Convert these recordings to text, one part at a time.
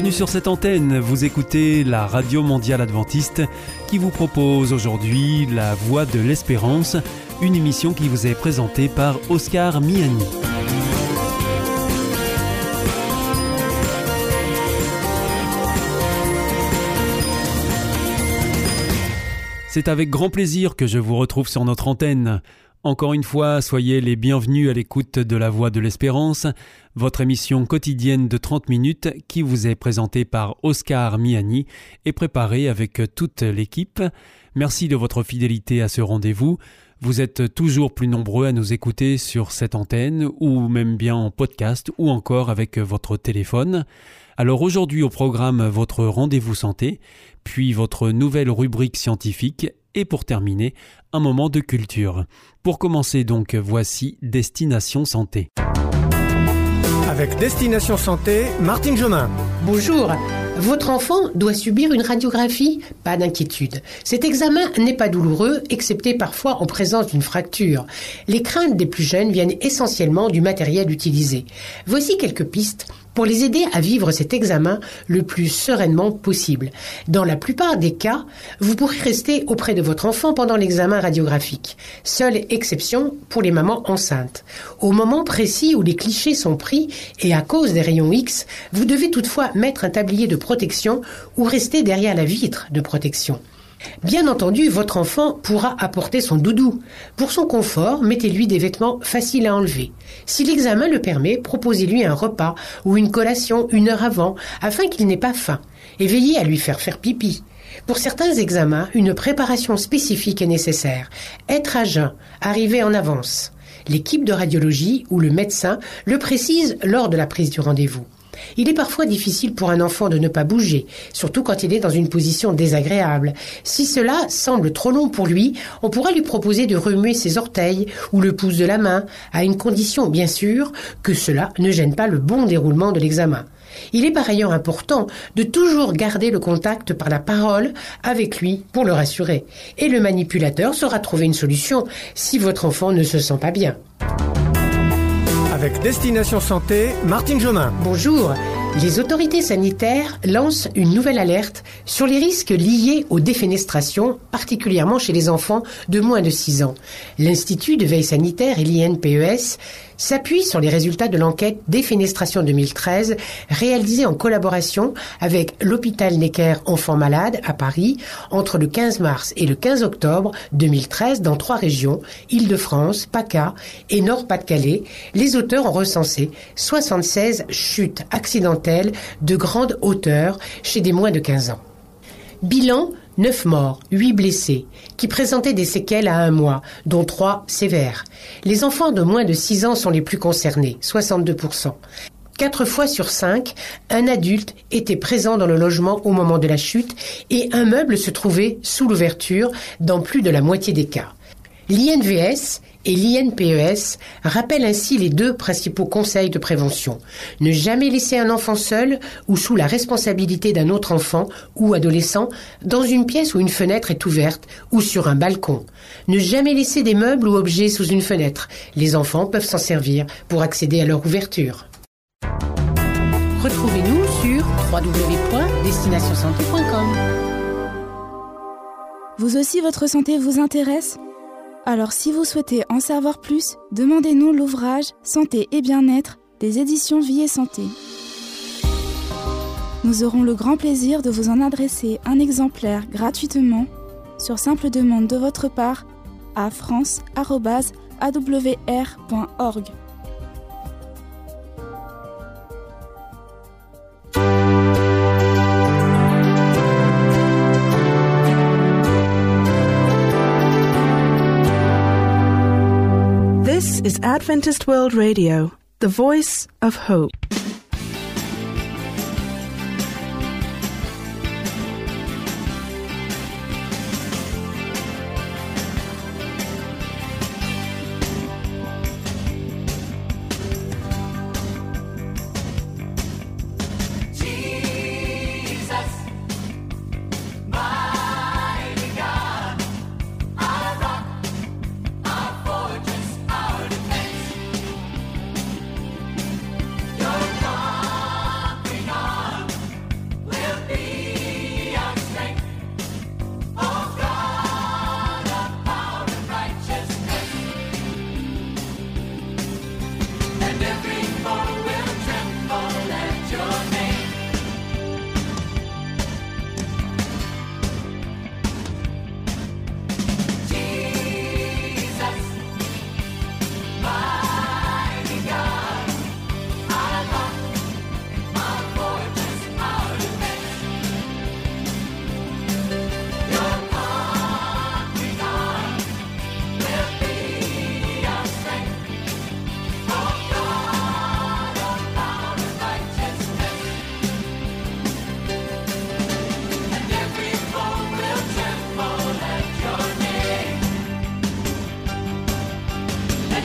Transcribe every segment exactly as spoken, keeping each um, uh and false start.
Bienvenue sur cette antenne, vous écoutez la Radio Mondiale Adventiste qui vous propose aujourd'hui La Voix de l'Espérance, une émission qui vous est présentée par Oscar Miani. C'est avec grand plaisir que je vous retrouve sur notre antenne. Encore une fois, soyez les bienvenus à l'écoute de La Voix de l'Espérance, votre émission quotidienne de trente minutes qui vous est présentée par Oscar Miani et préparée avec toute l'équipe. Merci de votre fidélité à ce rendez-vous. Vous êtes toujours plus nombreux à nous écouter sur cette antenne ou même bien en podcast ou encore avec votre téléphone. Alors aujourd'hui au programme votre rendez-vous santé, puis votre nouvelle rubrique scientifique et pour terminer, un moment de culture. Pour commencer donc, voici Destination Santé. Avec Destination Santé, Martine Jomain. Bonjour. Votre enfant doit subir une radiographie ? Pas d'inquiétude. Cet examen n'est pas douloureux, excepté parfois en présence d'une fracture. Les craintes des plus jeunes viennent essentiellement du matériel utilisé. Voici quelques pistes pour les aider à vivre cet examen le plus sereinement possible. Dans la plupart des cas, vous pourrez rester auprès de votre enfant pendant l'examen radiographique. Seule exception pour les mamans enceintes. Au moment précis où les clichés sont pris et à cause des rayons X, vous devez toutefois mettre un tablier de protection ou rester derrière la vitre de protection. Bien entendu, votre enfant pourra apporter son doudou. Pour son confort, mettez-lui des vêtements faciles à enlever. Si l'examen le permet, proposez-lui un repas ou une collation une heure avant, afin qu'il n'ait pas faim, et veillez à lui faire faire pipi. Pour certains examens, une préparation spécifique est nécessaire. Être à jeun, arriver en avance. L'équipe de radiologie ou le médecin le précise lors de la prise du rendez-vous. Il est parfois difficile pour un enfant de ne pas bouger, surtout quand il est dans une position désagréable. Si cela semble trop long pour lui, on pourra lui proposer de remuer ses orteils ou le pouce de la main, à une condition bien sûr que cela ne gêne pas le bon déroulement de l'examen. Il est par ailleurs important de toujours garder le contact par la parole avec lui pour le rassurer. Et le manipulateur saura trouver une solution si votre enfant ne se sent pas bien. Avec Destination Santé, Martine Jomain. Bonjour. Les autorités sanitaires lancent une nouvelle alerte sur les risques liés aux défenestrations, particulièrement chez les enfants de moins de six ans. L'Institut de veille sanitaire et l'I N P E S s'appuie sur les résultats de l'enquête Défenestration deux mille treize réalisée en collaboration avec l'hôpital Necker Enfants Malades à Paris entre le quinze mars et le quinze octobre deux mille treize dans trois régions, Île-de-France, PACA et Nord-Pas-de-Calais. Les auteurs ont recensé soixante-seize chutes accidentelles de grande hauteur chez des moins de quinze ans. Bilan, neuf morts, huit blessés, qui présentaient des séquelles à un mois, dont trois sévères. Les enfants de moins de six ans sont les plus concernés, soixante-deux pour cent. Quatre fois sur cinq, un adulte était présent dans le logement au moment de la chute et un meuble se trouvait sous l'ouverture dans plus de la moitié des cas. L'I N V S et l'I N P E S rappellent ainsi les deux principaux conseils de prévention. Ne jamais laisser un enfant seul ou sous la responsabilité d'un autre enfant ou adolescent dans une pièce où une fenêtre est ouverte ou sur un balcon. Ne jamais laisser des meubles ou objets sous une fenêtre. Les enfants peuvent s'en servir pour accéder à leur ouverture. Retrouvez-nous sur w w w point destination santé point com. Vous aussi, votre santé vous intéresse ? Alors si vous souhaitez en savoir plus, demandez-nous l'ouvrage Santé et bien-être des éditions Vie et Santé. Nous aurons le grand plaisir de vous en adresser un exemplaire gratuitement sur simple demande de votre part à france arobase a w r point org. This is Adventist World Radio, the voice of hope. Your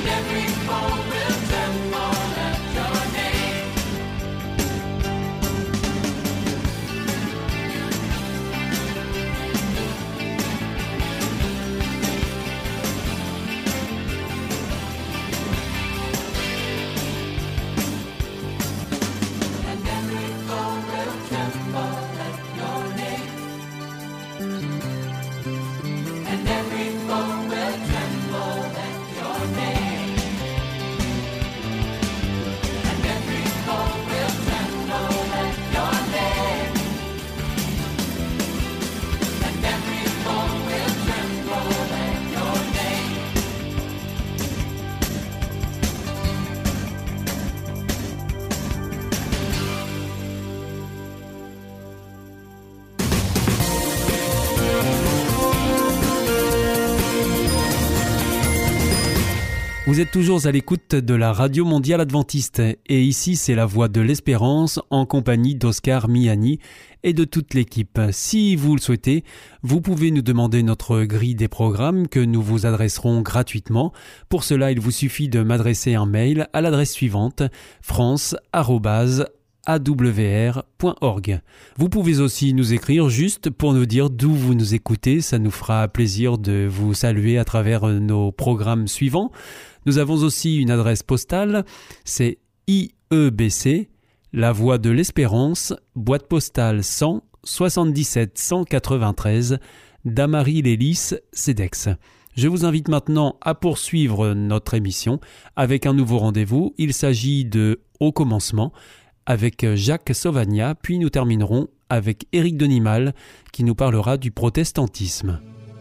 Vous êtes toujours à l'écoute de la Radio Mondiale Adventiste et ici c'est la Voix de l'Espérance en compagnie d'Oscar Miani et de toute l'équipe. Si vous le souhaitez, vous pouvez nous demander notre grille des programmes que nous vous adresserons gratuitement. Pour cela, il vous suffit de m'adresser un mail à l'adresse suivante france arobase a w r point org. Vous pouvez aussi nous écrire juste pour nous dire d'où vous nous écoutez. Ça nous fera plaisir de vous saluer à travers nos programmes suivants. Nous avons aussi une adresse postale, c'est I E B C, La Voix de l'Espérance, boîte postale cent soixante-dix-sept cent quatre-vingt-treize, Damary-les-Lys, Cedex. Je vous invite maintenant à poursuivre notre émission avec un nouveau rendez-vous. Il s'agit de Au commencement avec Jacques Sauvagnat, puis nous terminerons avec Éric Denimal qui nous parlera du protestantisme.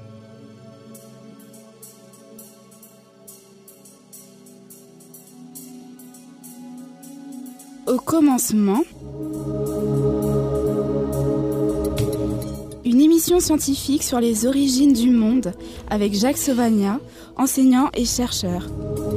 Au commencement, une émission scientifique sur les origines du monde avec Jacques Sauvagnat, enseignant et chercheur.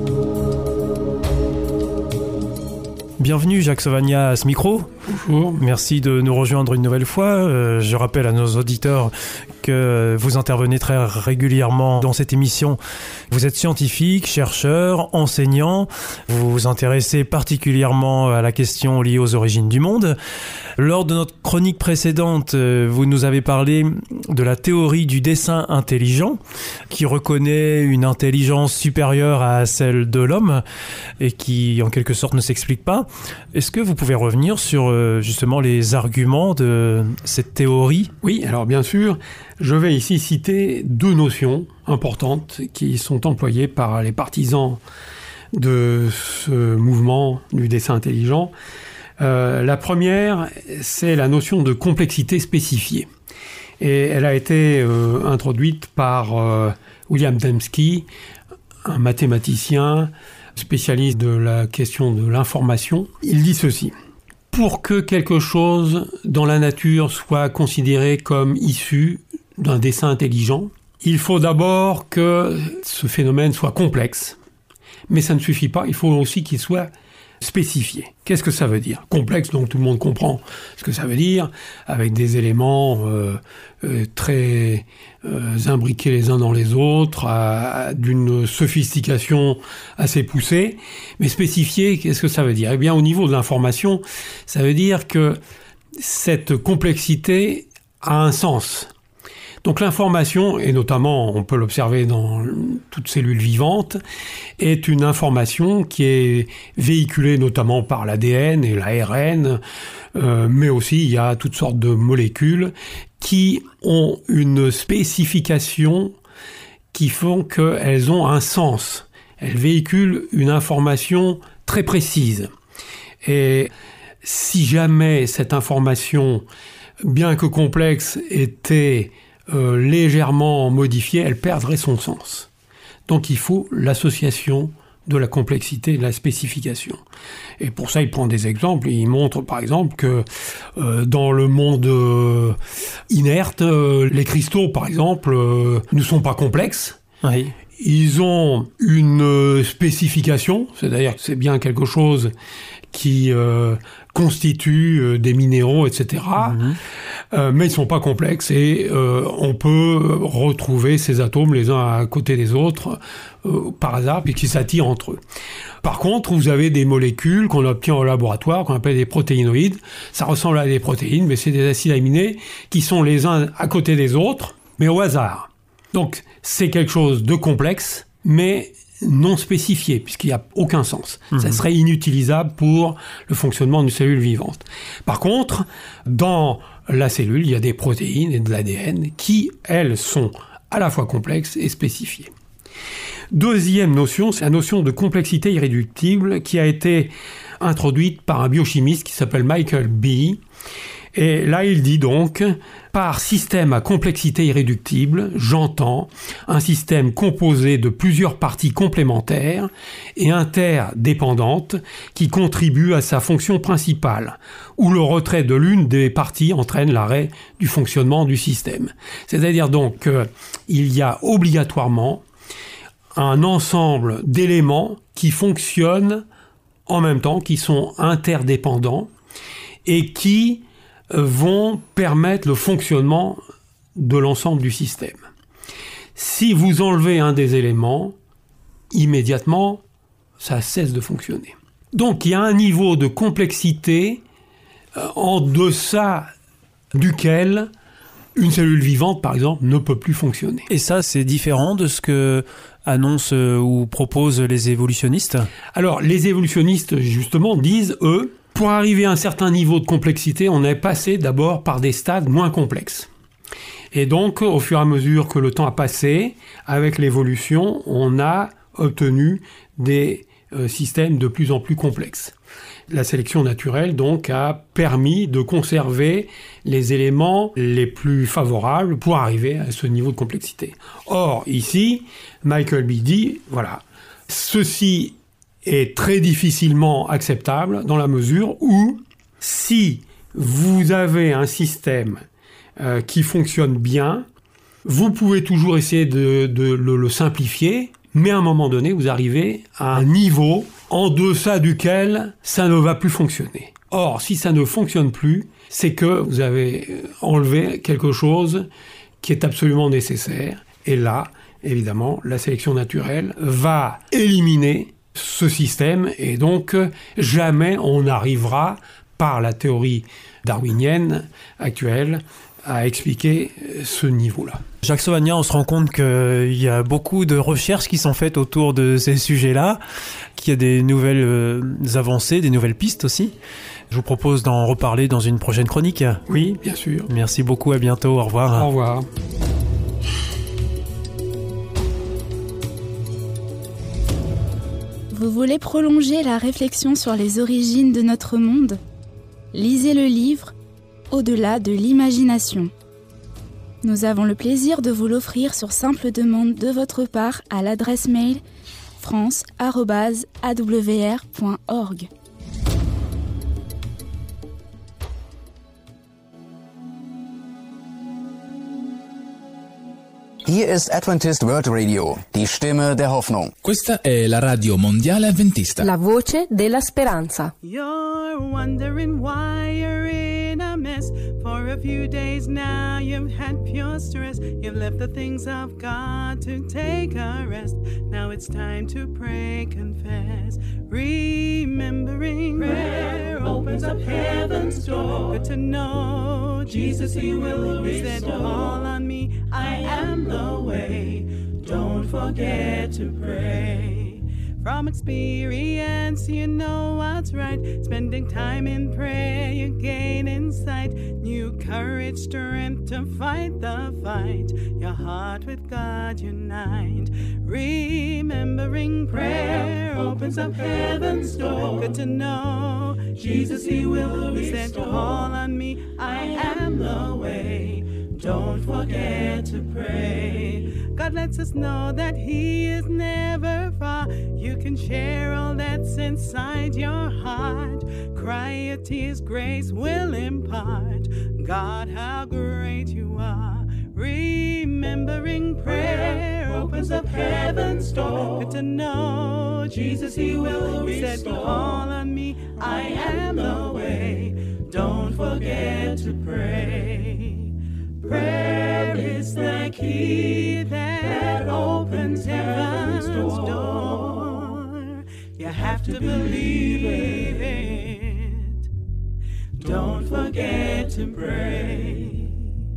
Bienvenue Jacques Sauvagnat à ce micro. Bonjour. Merci de nous rejoindre une nouvelle fois. Euh, je rappelle à nos auditeurs que vous intervenez très régulièrement dans cette émission. Vous êtes scientifique, chercheur, enseignant. Vous vous intéressez particulièrement à la question liée aux origines du monde. Lors de notre chronique précédente, vous nous avez parlé de la théorie du dessin intelligent qui reconnaît une intelligence supérieure à celle de l'homme et qui, en quelque sorte, ne s'explique pas. Est-ce que vous pouvez revenir sur justement les arguments de cette théorie ? Oui, alors bien sûr, je vais ici citer deux notions importantes qui sont employées par les partisans de ce mouvement du dessin intelligent. Euh, la première, c'est la notion de complexité spécifiée. Et elle a été euh, introduite par euh, William Dembski, un mathématicien spécialiste de la question de l'information. Il dit ceci: pour que quelque chose dans la nature soit considéré comme issu d'un dessin intelligent, il faut d'abord que ce phénomène soit complexe, mais ça ne suffit pas, il faut aussi qu'il soit spécifié. Qu'est-ce que ça veut dire ? Complexe, donc tout le monde comprend ce que ça veut dire, avec des éléments euh, euh, très euh, imbriqués les uns dans les autres, à, à, d'une sophistication assez poussée. Mais spécifié, qu'est-ce que ça veut dire ? Eh bien, au niveau de l'information, ça veut dire que cette complexité a un sens. Donc l'information, et notamment on peut l'observer dans toute cellule vivante, est une information qui est véhiculée notamment par l'A D N et l'A R N, euh, mais aussi il y a toutes sortes de molécules qui ont une spécification qui font qu'elles ont un sens. Elles véhiculent une information très précise. Et si jamais cette information, bien que complexe, était Euh, légèrement modifiée, elle perdrait son sens. Donc il faut l'association de la complexité et de la spécification. Et pour ça, il prend des exemples. Il montre par exemple que euh, dans le monde euh, inerte, euh, les cristaux par exemple euh, ne sont pas complexes. Oui. Ils ont une spécification, c'est-à-dire que c'est bien quelque chose qui euh, constituent euh, des minéraux, et cetera. Mmh. Euh, mais ils ne sont pas complexes et euh, on peut retrouver ces atomes les uns à côté des autres euh, par hasard, puisqu'ils s'attirent entre eux. Par contre, vous avez des molécules qu'on obtient au laboratoire, qu'on appelle des protéinoïdes. Ça ressemble à des protéines, mais c'est des acides aminés qui sont les uns à côté des autres, mais au hasard. Donc, c'est quelque chose de complexe, mais non spécifié, puisqu'il n'y a aucun sens. Mmh. Ça serait inutilisable pour le fonctionnement d'une cellule vivante. Par contre, dans la cellule, il y a des protéines et de l'A D N qui, elles, sont à la fois complexes et spécifiées. Deuxième notion, c'est la notion de complexité irréductible qui a été introduite par un biochimiste qui s'appelle Michael B. Et là, il dit donc, par système à complexité irréductible, j'entends un système composé de plusieurs parties complémentaires et interdépendantes qui contribuent à sa fonction principale, où le retrait de l'une des parties entraîne l'arrêt du fonctionnement du système. C'est-à-dire donc qu'il y a obligatoirement un ensemble d'éléments qui fonctionnent en même temps, qui sont interdépendants et qui vont permettre le fonctionnement de l'ensemble du système. Si vous enlevez un des éléments, immédiatement, ça cesse de fonctionner. Donc il y a un niveau de complexité en deçà duquel une cellule vivante, par exemple, ne peut plus fonctionner. Et ça, c'est différent de ce que annoncent ou proposent les évolutionnistes ? Alors, les évolutionnistes, justement, disent, eux, pour arriver à un certain niveau de complexité, on est passé d'abord par des stades moins complexes. Et donc, au fur et à mesure que le temps a passé, avec l'évolution, on a obtenu des euh, systèmes de plus en plus complexes. La sélection naturelle, donc, a permis de conserver les éléments les plus favorables pour arriver à ce niveau de complexité. Or, ici, Michael B. dit, voilà, ceci est très difficilement acceptable dans la mesure où, si vous avez un système euh, qui fonctionne bien, vous pouvez toujours essayer de, de le, le simplifier, mais à un moment donné, vous arrivez à un niveau en deçà duquel ça ne va plus fonctionner. Or, si ça ne fonctionne plus, c'est que vous avez enlevé quelque chose qui est absolument nécessaire. Et là, évidemment, la sélection naturelle va éliminer ce système et donc jamais on n'arrivera, par la théorie darwinienne actuelle, à expliquer ce niveau-là. Jacques Sauvagnat, on se rend compte qu'il y a beaucoup de recherches qui sont faites autour de ces sujets-là, qu'il y a des nouvelles euh, avancées, des nouvelles pistes aussi. Je vous propose d'en reparler dans une prochaine chronique. Oui, bien sûr. Merci beaucoup, à bientôt, au revoir. Au revoir. Vous voulez prolonger la réflexion sur les origines de notre monde ? Lisez le livre « Au-delà de l'imagination ». Nous avons le plaisir de vous l'offrir sur simple demande de votre part à l'adresse mail france arobase a w r point org. Hier ist Adventist World Radio, die Stimme der Hoffnung. Questa è la radio mondiale avventista. La voce della speranza. You're wondering why you're in a mess. For a few days now you've had pure stress. You've left the things of God to take a rest. Now it's time to pray, confess. Remembering prayer opens up heaven's door. Good to know Jesus, He will restore. He said, call on me, I am the way. Don't forget to pray. From experience, you know what's right. Spending time in prayer, you gain insight. New courage, strength to fight the fight. Your heart with God unite. Remembering prayer opens up heaven's door. Good to know Jesus, He will restore. He said, call on me, I am the way. Don't forget to pray. God lets us know that He is never far. You can share all that's inside your heart. Cry your tears, grace will impart. God, how great you are. Remembering prayer opens up heaven's door. Good to know Jesus, He will restore. Call on me, I am the way. Don't forget to pray. Prayer is the key that opens heaven's door. You have to believe it. Don't forget to pray.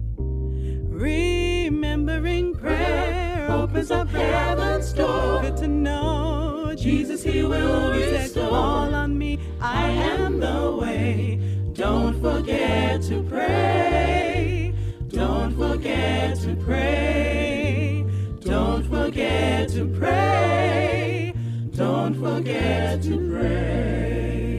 Remembering prayer opens up heaven's door. Good to know Jesus, He will restore. Call on me, I am the way. Don't forget to pray. Don't forget to pray. Don't forget to pray. Don't forget to pray.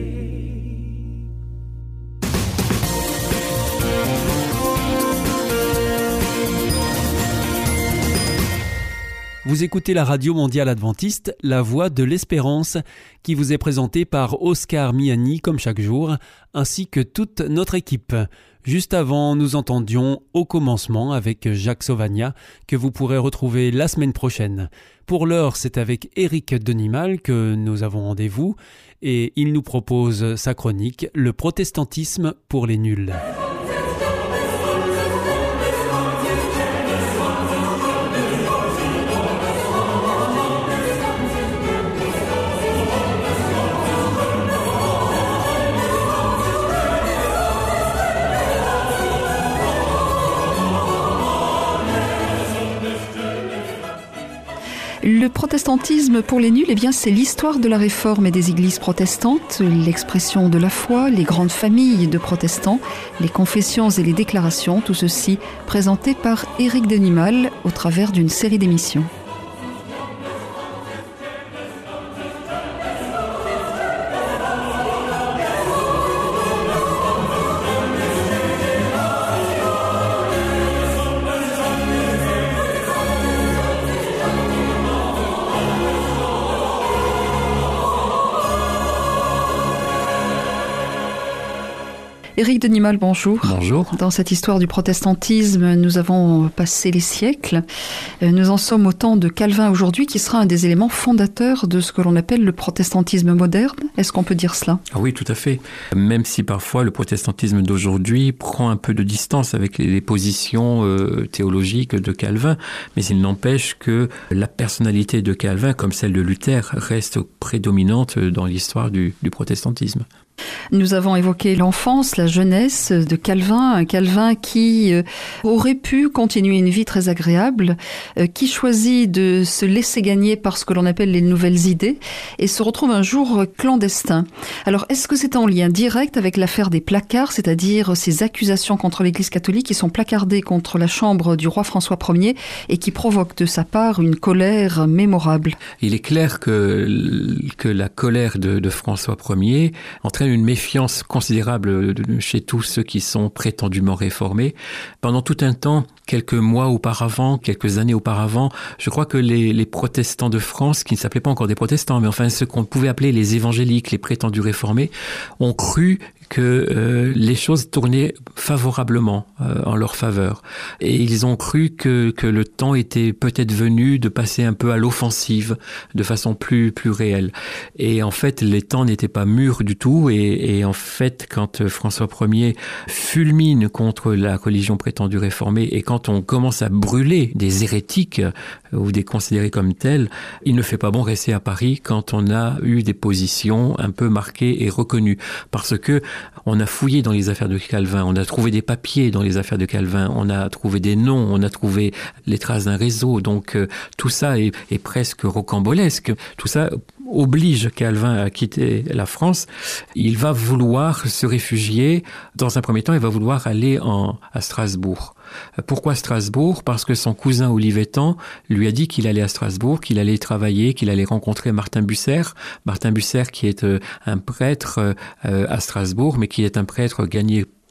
Vous écoutez la Radio Mondiale Adventiste, la voix de l'espérance, qui vous est présentée par Oscar Miani comme chaque jour, ainsi que toute notre équipe. Juste avant, nous entendions Au commencement avec Jacques Sauvagnat, que vous pourrez retrouver la semaine prochaine. Pour l'heure, c'est avec Éric Denimal que nous avons rendez-vous, et il nous propose sa chronique « Le protestantisme pour les nuls ». Le protestantisme pour les nuls, eh bien, c'est l'histoire de la réforme et des églises protestantes, l'expression de la foi, les grandes familles de protestants, les confessions et les déclarations, tout ceci présenté par Éric Denimal au travers d'une série d'émissions. Éric Denimal, bonjour. Bonjour. Dans cette histoire du protestantisme, nous avons passé les siècles. Nous en sommes au temps de Calvin aujourd'hui, qui sera un des éléments fondateurs de ce que l'on appelle le protestantisme moderne. Est-ce qu'on peut dire cela ? Ah oui, tout à fait. Même si parfois le protestantisme d'aujourd'hui prend un peu de distance avec les positions euh, théologiques de Calvin, mais il n'empêche que la personnalité de Calvin, comme celle de Luther, reste prédominante dans l'histoire du, du protestantisme. Nous avons évoqué l'enfance, la jeunesse de Calvin, un Calvin qui euh, aurait pu continuer une vie très agréable, euh, qui choisit de se laisser gagner par ce que l'on appelle les nouvelles idées et se retrouve un jour clandestin. Alors, est-ce que c'est en lien direct avec l'affaire des placards, c'est-à-dire ces accusations contre l'Église catholique qui sont placardées contre la chambre du roi François Ier et qui provoquent de sa part une colère mémorable ? Il est clair que, que la colère de, de François Ier entraîne une méfiance considérable chez tous ceux qui sont prétendument réformés. Pendant tout un temps, quelques mois auparavant, quelques années auparavant, je crois que les, les protestants de France, qui ne s'appelaient pas encore des protestants, mais enfin ceux qu'on pouvait appeler les évangéliques, les prétendus réformés, ont cru que euh, les choses tournaient favorablement euh, en leur faveur. Et ils ont cru que, que le temps était peut-être venu de passer un peu à l'offensive, de façon plus, plus réelle. Et en fait, les temps n'étaient pas mûrs du tout. Et, et en fait, quand François Ier fulmine contre la religion prétendue réformée et quand on commence à brûler des hérétiques ou des considérés comme tels, il ne fait pas bon rester à Paris quand on a eu des positions un peu marquées et reconnues. Parce que on a fouillé dans les affaires de Calvin, on a trouvé des papiers dans les affaires de Calvin, on a trouvé des noms, on a trouvé les traces d'un réseau. Donc euh, tout ça est, est presque rocambolesque. Tout ça oblige Calvin à quitter la France. Il va vouloir se réfugier. Dans un premier temps, il va vouloir aller en, à Strasbourg. Pourquoi Strasbourg ? Parce que son cousin Olivetan lui a dit qu'il allait à Strasbourg, qu'il allait travailler, qu'il allait rencontrer Martin Bucer. Martin Bucer qui est euh, un prêtre euh, à Strasbourg, mais qui est un prêtre gagné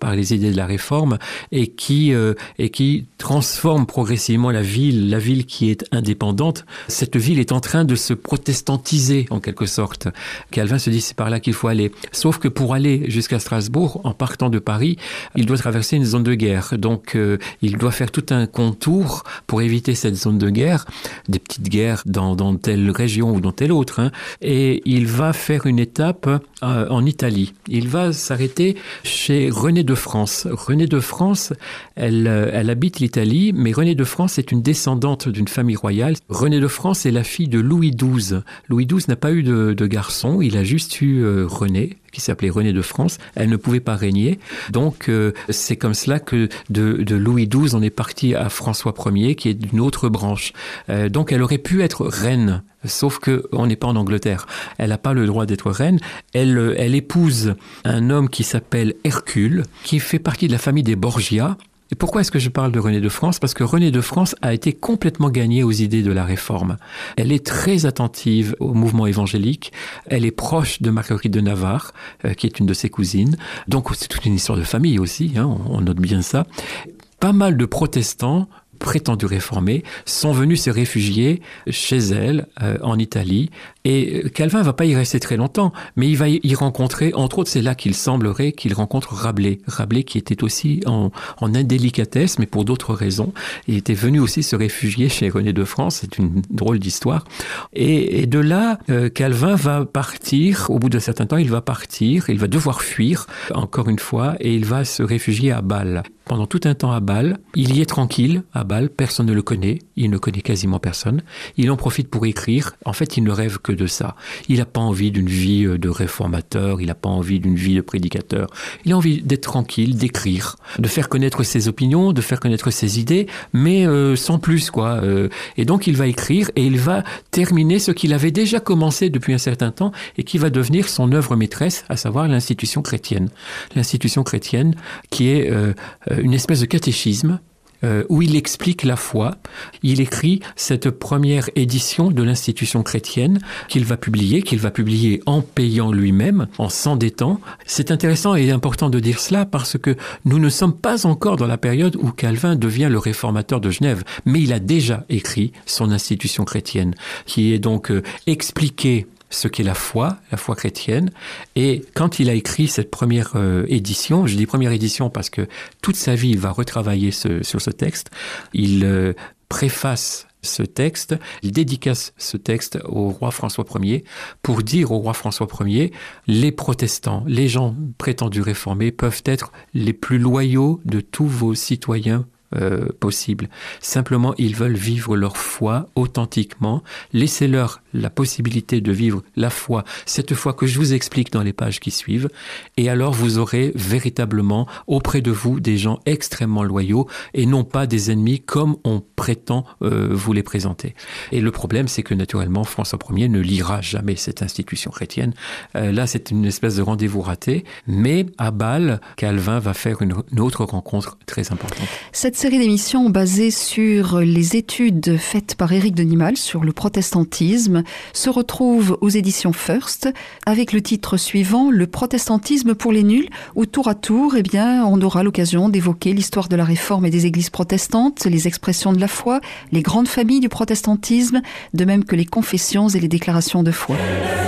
par les idées de la Réforme et qui, euh, et qui transforme progressivement la ville, la ville qui est indépendante. Cette ville est en train de se protestantiser en quelque sorte. Calvin se dit c'est par là qu'il faut aller. Sauf que pour aller jusqu'à Strasbourg, en partant de Paris, il doit traverser une zone de guerre. Donc euh, il doit faire tout un contour pour éviter cette zone de guerre, des petites guerres dans, dans telle région ou dans telle autre. Hein. Et il va faire une étape euh, en Italie. Il va s'arrêter chez Renée de France. Renée de France, elle, elle habite l'Italie, mais Renée de France est une descendante d'une famille royale. Renée de France est la fille de Louis douze. Louis douze n'a pas eu de, de garçon, il a juste eu euh, Renée, qui s'appelait Renée de France. Elle ne pouvait pas régner. Donc, euh, c'est comme cela que de, de Louis douze, on est parti à François Ier, qui est d'une autre branche. Euh, donc, elle aurait pu être reine, sauf qu'on n'est pas en Angleterre. Elle n'a pas le droit d'être reine. Elle, elle épouse un homme qui s'appelle Hercule, qui fait partie de la famille des Borgia. Et pourquoi est-ce que je parle de Renée de France ? Parce que Renée de France a été complètement gagnée aux idées de la Réforme. Elle est très attentive au mouvement évangélique. Elle est proche de Marguerite de Navarre, euh, qui est une de ses cousines. Donc c'est toute une histoire de famille aussi, hein, on, on note bien ça. Pas mal de protestants prétendus réformés sont venus se réfugier chez elle euh, en Italie. Et Calvin va pas y rester très longtemps, mais il va y rencontrer, entre autres, c'est là qu'il semblerait qu'il rencontre Rabelais. Rabelais qui était aussi en, en indélicatesse, mais pour d'autres raisons. Il était venu aussi se réfugier chez Renée de France, c'est une drôle d'histoire. Et, et de là, euh, Calvin va partir, au bout d'un certain temps, il va partir, il va devoir fuir, encore une fois, et il va se réfugier à Bâle. Pendant tout un temps à Bâle, il y est tranquille, à Bâle, personne ne le connaît, il ne connaît quasiment personne. Il en profite pour écrire, en fait, il ne rêve que de ça. Il n'a pas envie d'une vie de réformateur, il n'a pas envie d'une vie de prédicateur. Il a envie d'être tranquille, d'écrire, de faire connaître ses opinions, de faire connaître ses idées, mais euh, sans plus, quoi. Euh, et donc, il va écrire et il va terminer ce qu'il avait déjà commencé depuis un certain temps et qui va devenir son œuvre maîtresse, à savoir l'institution chrétienne. L'institution chrétienne qui est euh, une espèce de catéchisme Euh, où il explique la foi. Il écrit cette première édition de l'institution chrétienne qu'il va publier, qu'il va publier en payant lui-même, en s'endettant. C'est intéressant et important de dire cela parce que nous ne sommes pas encore dans la période où Calvin devient le réformateur de Genève, mais il a déjà écrit son institution chrétienne, qui est donc euh, expliquée ce qu'est la foi, la foi chrétienne. Et quand il a écrit cette première euh, édition, je dis première édition parce que toute sa vie, il va retravailler ce, sur ce texte, il euh, préface ce texte, il dédicace ce texte au roi François Ier pour dire au roi François Ier, les protestants, les gens prétendus réformés peuvent être les plus loyaux de tous vos citoyens Euh, possible. Simplement, ils veulent vivre leur foi authentiquement. Laissez-leur la possibilité de vivre la foi, cette foi que je vous explique dans les pages qui suivent. Et alors, vous aurez véritablement auprès de vous des gens extrêmement loyaux et non pas des ennemis comme on prétend euh, vous les présenter. Et le problème, c'est que naturellement, François Ier ne lira jamais cette institution chrétienne. Euh, là, c'est une espèce de rendez-vous raté. Mais à Bâle, Calvin va faire une, une autre rencontre très importante. Cette série d'émissions basée sur les études faites par Éric de Nimal sur le protestantisme se retrouve aux éditions First avec le titre suivant, Le protestantisme pour les nuls, où tour à tour, eh bien, on aura l'occasion d'évoquer l'histoire de la Réforme et des églises protestantes, les expressions de la foi, les grandes familles du protestantisme, de même que les confessions et les déclarations de foi.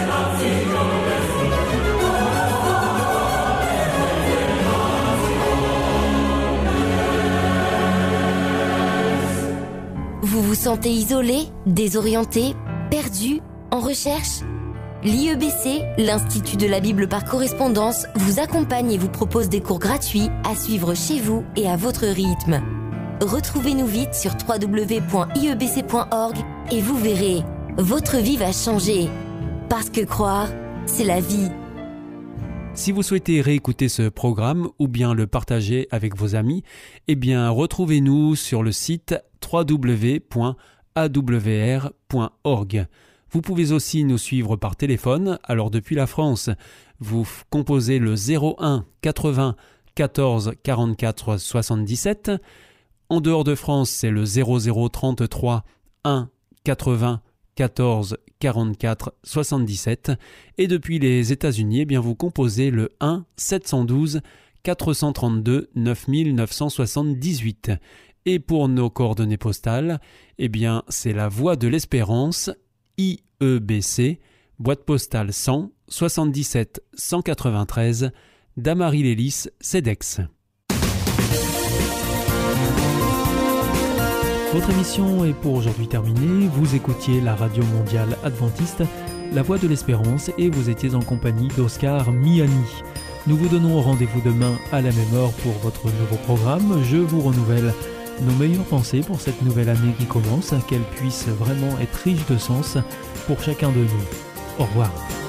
Vous vous sentez isolé, désorienté, perdu, en recherche ? L'I E B C, l'Institut de la Bible par correspondance, vous accompagne et vous propose des cours gratuits à suivre chez vous et à votre rythme. Retrouvez-nous vite sur w w w point i e b c point org et vous verrez, votre vie va changer. Parce que croire, c'est la vie. Si vous souhaitez réécouter ce programme ou bien le partager avec vos amis, eh bien retrouvez-nous sur le site w w w point a w r point org. Vous pouvez aussi nous suivre par téléphone, alors depuis la France, vous composez le zéro un quatre-vingts quatorze quarante-quatre soixante-dix-sept. En dehors de France, c'est le zéro zéro trente-trois un quatre-vingts quatorze quarante-quatre soixante-dix-sept. Et depuis les États-Unis, eh bien vous composez le un sept cent douze quatre cent trente-deux neuf neuf cent soixante-dix-huit. Et pour nos coordonnées postales, eh bien, c'est la Voie de l'Espérance, I E B C, boîte postale cent, soixante-dix-sept cent quatre-vingt-treize, Damary-lès-Lys, Cedex. Votre émission est pour aujourd'hui terminée. Vous écoutiez la Radio Mondiale Adventiste, La Voix de l'Espérance, et vous étiez en compagnie d'Oscar Miani. Nous vous donnons rendez-vous demain à la même heure pour votre nouveau programme. Je vous renouvelle nos meilleures pensées pour cette nouvelle année qui commence, qu'elle puisse vraiment être riche de sens pour chacun de nous. Au revoir.